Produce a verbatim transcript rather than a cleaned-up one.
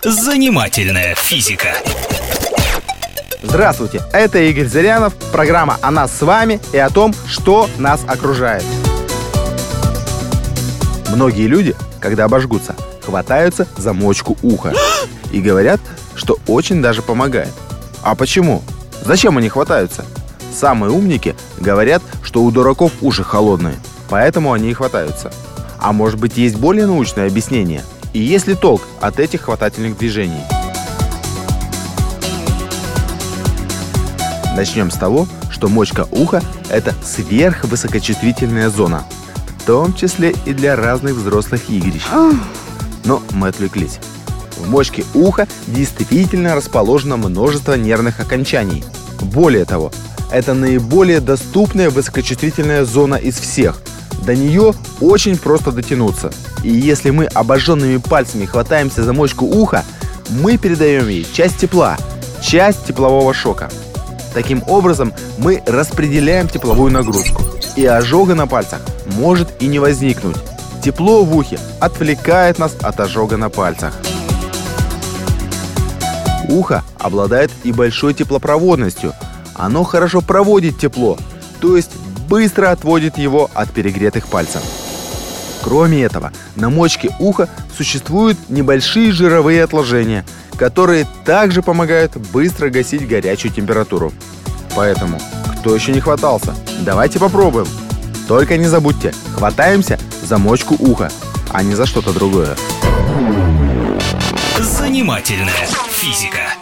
Занимательная физика. Здравствуйте, это Игорь Зырянов, программа о нас с вами и о том, что нас окружает. Многие люди, когда обожгутся, хватаются за мочку уха и говорят, что очень даже помогает. А почему? Зачем они хватаются? Самые умники говорят, что у дураков уши холодные, поэтому они и хватаются. А может быть, есть более научное объяснение? И есть ли толк от этих хватательных движений? Начнем с того, что мочка уха – это сверхвысокочувствительная зона, в том числе и для разных взрослых игрищ. Но мы отвлеклись. В мочке уха действительно расположено множество нервных окончаний. Более того, это наиболее доступная высокочувствительная зона из всех. До нее очень просто дотянуться. И если мы обожженными пальцами хватаемся за мочку уха, мы передаем ей часть тепла, часть теплового шока. Таким образом, мы распределяем тепловую нагрузку, и ожога на пальцах может и не возникнуть. Тепло в ухе отвлекает нас от ожога на пальцах. Ухо обладает и большой теплопроводностью. Оно хорошо проводит тепло, то есть быстро отводит его от перегретых пальцев. Кроме этого, на мочке уха существуют небольшие жировые отложения, которые также помогают быстро гасить горячую температуру. Поэтому, кто еще не хватался, давайте попробуем. Только не забудьте, хватаемся за мочку уха, а не за что-то другое. Занимательная физика.